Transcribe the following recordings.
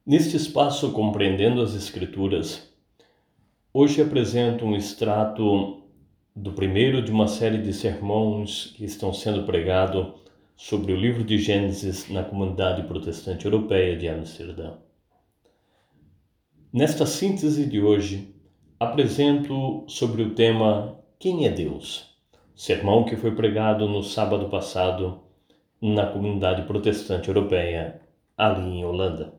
Neste espaço Compreendendo as Escrituras, hoje apresento um extrato do primeiro de uma série de sermões que estão sendo pregados sobre o livro de Gênesis na comunidade protestante europeia de Amsterdã. Nesta síntese de hoje, apresento sobre o tema Quem é Deus? Sermão que foi pregado no sábado passado na comunidade protestante europeia, ali em Holanda.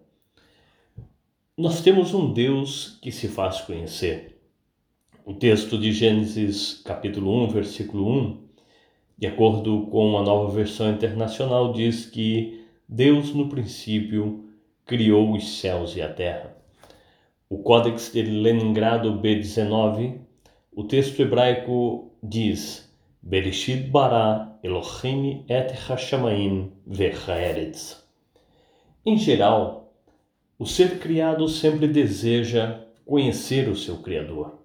Nós temos um Deus que se faz conhecer. O texto de Gênesis capítulo 1, versículo 1, de acordo com a Nova Versão Internacional, diz que Deus no princípio criou os céus e a terra. O Códex de Leningrado B19, o texto hebraico diz: Bereshit bara Elohim et hashamayim ve'haaretz. Em geral, o ser criado sempre deseja conhecer o seu Criador.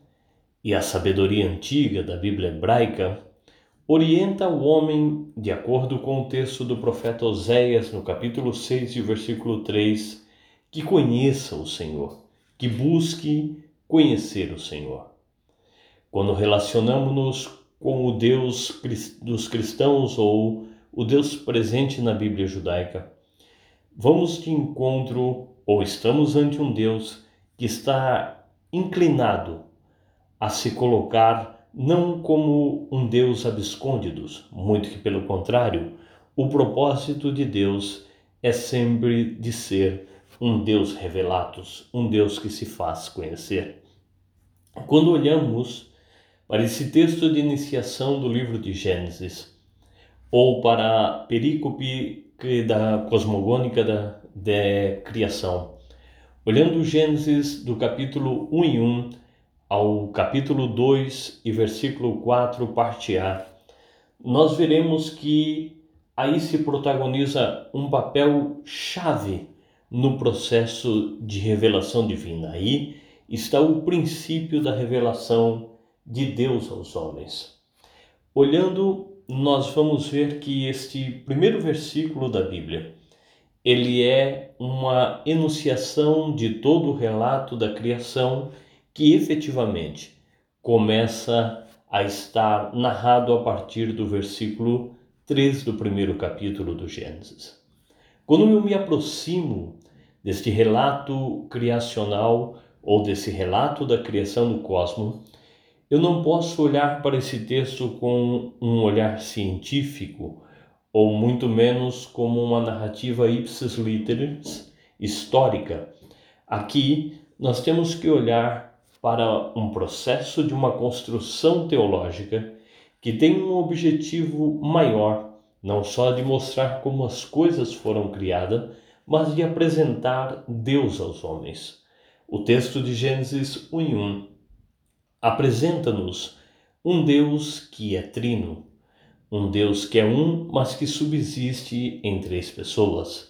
E a sabedoria antiga da Bíblia hebraica orienta o homem, de acordo com o texto do profeta Oséias, no capítulo 6 e versículo 3, que conheça o Senhor, que busque conhecer o Senhor. Quando relacionamos-nos com o Deus dos cristãos ou o Deus presente na Bíblia judaica, vamos de encontro ou estamos ante um Deus que está inclinado a se colocar não como um Deus abscôndidos, muito que pelo contrário, o propósito de Deus é sempre de ser um Deus revelatus, um Deus que se faz conhecer. Quando olhamos para esse texto de iniciação do livro de Gênesis, ou para a perícope da cosmogônica da criação, olhando Gênesis do capítulo 1 e 1 ao capítulo 2 e versículo 4, parte A, nós veremos que aí se protagoniza um papel chave no processo de revelação divina. Aí está o princípio da revelação de Deus aos homens. Olhando, nós vamos ver que este primeiro versículo da Bíblia, ele é uma enunciação de todo o relato da criação que efetivamente começa a estar narrado a partir do versículo 3 do primeiro capítulo do Gênesis. Quando eu me aproximo deste relato criacional ou desse relato da criação do cosmos, eu não posso olhar para esse texto com um olhar científico ou muito menos como uma narrativa ipsis literis histórica. Aqui nós temos que olhar para um processo de uma construção teológica que tem um objetivo maior, não só de mostrar como as coisas foram criadas, mas de apresentar Deus aos homens. O texto de Gênesis 1 e 1 apresenta-nos um Deus que é trino, um Deus que é um, mas que subsiste em três pessoas.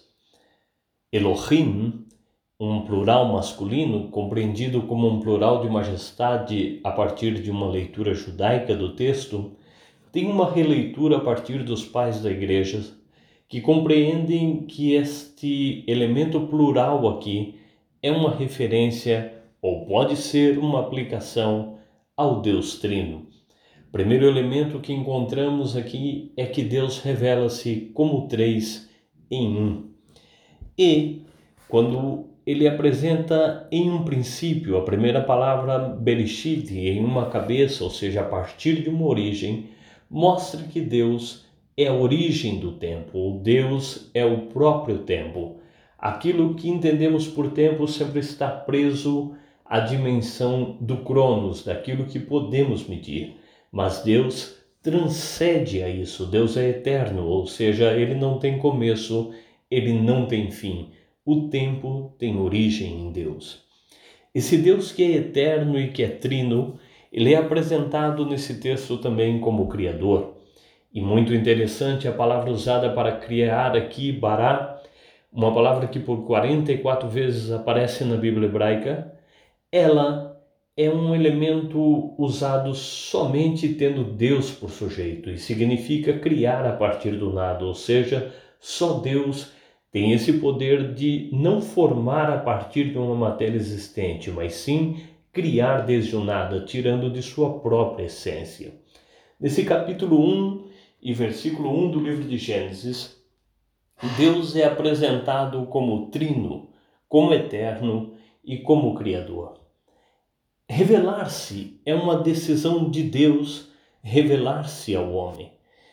Elohim, um plural masculino, compreendido como um plural de majestade a partir de uma leitura judaica do texto, tem uma releitura a partir dos pais da igreja, que compreendem que este elemento plural aqui é uma referência, ou pode ser uma aplicação, ao Deus Trino. O primeiro elemento que encontramos aqui é que Deus revela-se como três em um. E quando ele apresenta em um princípio a primeira palavra Bereshit em uma cabeça, ou seja, a partir de uma origem, mostra que Deus é a origem do tempo, ou Deus é o próprio tempo. Aquilo que entendemos por tempo sempre está preso à dimensão do cronos, daquilo que podemos medir. Mas Deus transcende a isso, Deus é eterno, ou seja, ele não tem começo, ele não tem fim. O tempo tem origem em Deus. Esse Deus que é eterno e que é trino, ele é apresentado nesse texto também como Criador. E muito interessante a palavra usada para criar aqui, bará, uma palavra que por 44 vezes aparece na Bíblia hebraica, ela é um elemento usado somente tendo Deus por sujeito e significa criar a partir do nada, ou seja, só Deus tem esse poder de não formar a partir de uma matéria existente, mas sim criar desde o nada, tirando de sua própria essência. Nesse capítulo 1 e versículo 1 do livro de Gênesis, Deus é apresentado como trino, como eterno e como criador. Revelar-se é uma decisão de Deus, revelar-se ao homem.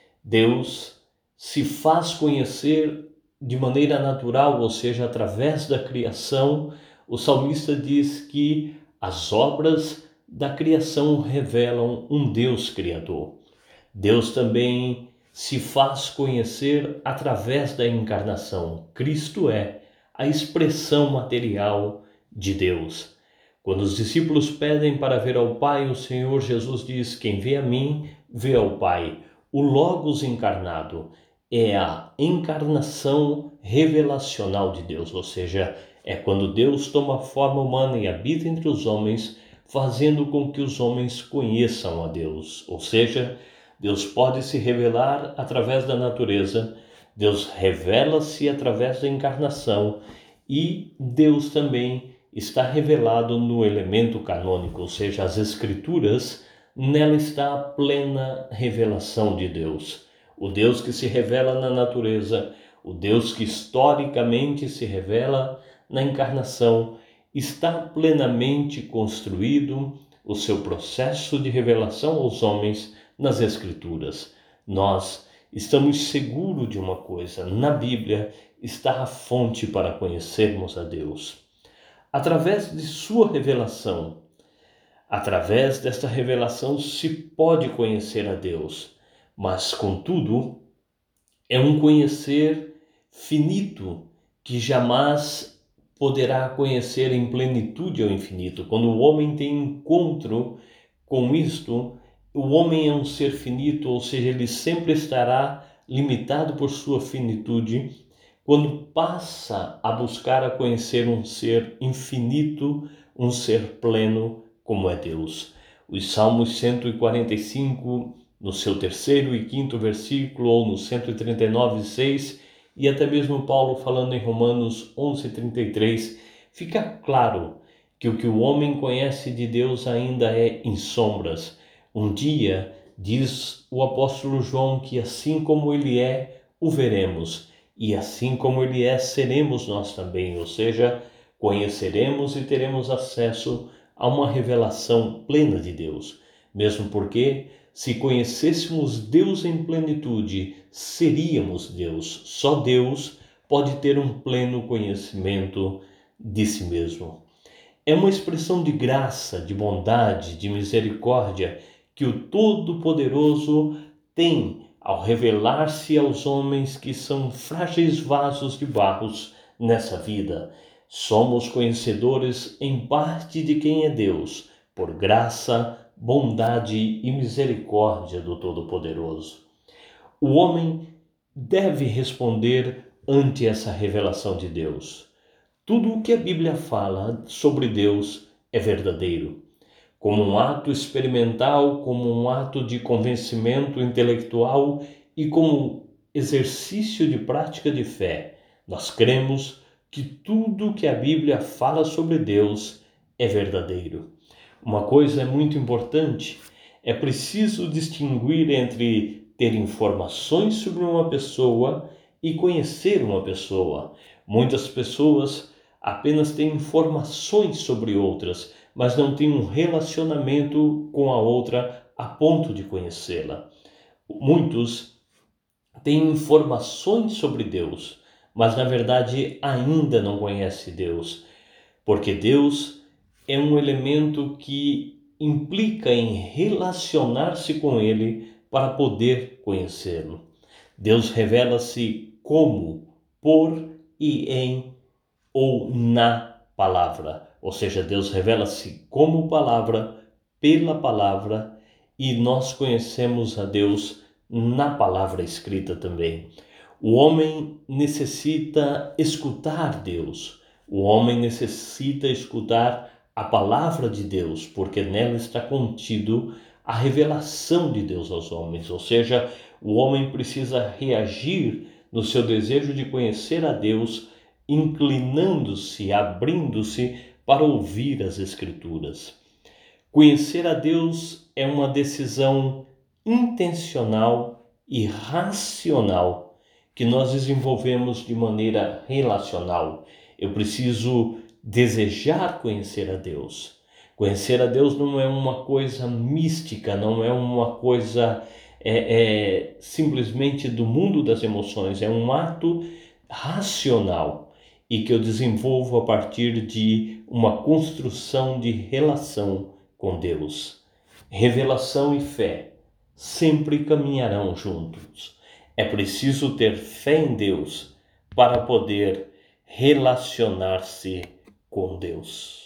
Deus se faz conhecer de maneira natural, ou seja, através da criação. O salmista diz que as obras da criação revelam um Deus criador. Deus também se faz conhecer através da encarnação. Cristo é a expressão material de Deus. Quando os discípulos pedem para ver ao Pai, o Senhor Jesus diz: quem vê a mim, vê ao Pai. O Logos encarnado é a encarnação revelacional de Deus, ou seja, é quando Deus toma forma humana e habita entre os homens, fazendo com que os homens conheçam a Deus. Ou seja, Deus pode se revelar através da natureza, Deus revela-se através da encarnação e Deus também está revelado no elemento canônico, ou seja, as Escrituras. Nela está a plena revelação de Deus. O Deus que se revela na natureza, o Deus que historicamente se revela na encarnação, está plenamente construído o seu processo de revelação aos homens nas Escrituras. Nós estamos seguros de uma coisa: na Bíblia está a fonte para conhecermos a Deus. Através de sua revelação, através desta revelação se pode conhecer a Deus, mas, contudo, é um conhecer finito que jamais poderá conhecer em plenitude ao infinito. Quando o homem tem encontro com isto, o homem é um ser finito, ou seja, ele sempre estará limitado por sua finitude. Quando passa a buscar a conhecer um ser infinito, um ser pleno, como é Deus. Os Salmos 145, no seu 3º e 5º versículo, ou no 139, 6, e até mesmo Paulo falando em Romanos 11:33, fica claro que o homem conhece de Deus ainda é em sombras. Um dia, diz o apóstolo João, que assim como ele é, o veremos, e assim como ele é, seremos nós também, ou seja, conheceremos e teremos acesso a uma revelação plena de Deus, mesmo porque, se conhecêssemos Deus em plenitude, seríamos Deus. Só Deus pode ter um pleno conhecimento de si mesmo. É uma expressão de graça, de bondade, de misericórdia que o Todo-Poderoso tem ao revelar-se aos homens que são frágeis vasos de barros nessa vida. Somos conhecedores em parte de quem é Deus, por graça, bondade e misericórdia do Todo-Poderoso. O homem deve responder ante essa revelação de Deus. Tudo o que a Bíblia fala sobre Deus é verdadeiro. Como um ato experimental, como um ato de convencimento intelectual e como exercício de prática de fé, nós cremos que tudo que a Bíblia fala sobre Deus é verdadeiro. Uma coisa é muito importante: é preciso distinguir entre ter informações sobre uma pessoa e conhecer uma pessoa. Muitas pessoas apenas têm informações sobre outras, mas não têm um relacionamento com a outra a ponto de conhecê-la. Muitos têm informações sobre Deus, mas na verdade ainda não conhecem Deus, porque Deus é um elemento que implica em relacionar-se com Ele para poder conhecê-lo. Deus revela-se como, por e em ou na palavra. Ou seja, Deus revela-se como palavra, pela palavra, e nós conhecemos a Deus na palavra escrita também. O homem necessita escutar Deus. O homem necessita escutar a palavra de Deus, porque nela está contido a revelação de Deus aos homens. Ou seja, o homem precisa reagir no seu desejo de conhecer a Deus, inclinando-se, abrindo-se para ouvir as Escrituras. Conhecer a Deus é uma decisão intencional e racional que nós desenvolvemos de maneira relacional. Eu preciso desejar conhecer a Deus. Conhecer a Deus não é uma coisa mística, não é uma coisa simplesmente do mundo das emoções, é um ato racional e que eu desenvolvo a partir de uma construção de relação com Deus. Revelação e fé sempre caminharão juntos. É preciso ter fé em Deus para poder relacionar-se com Deus.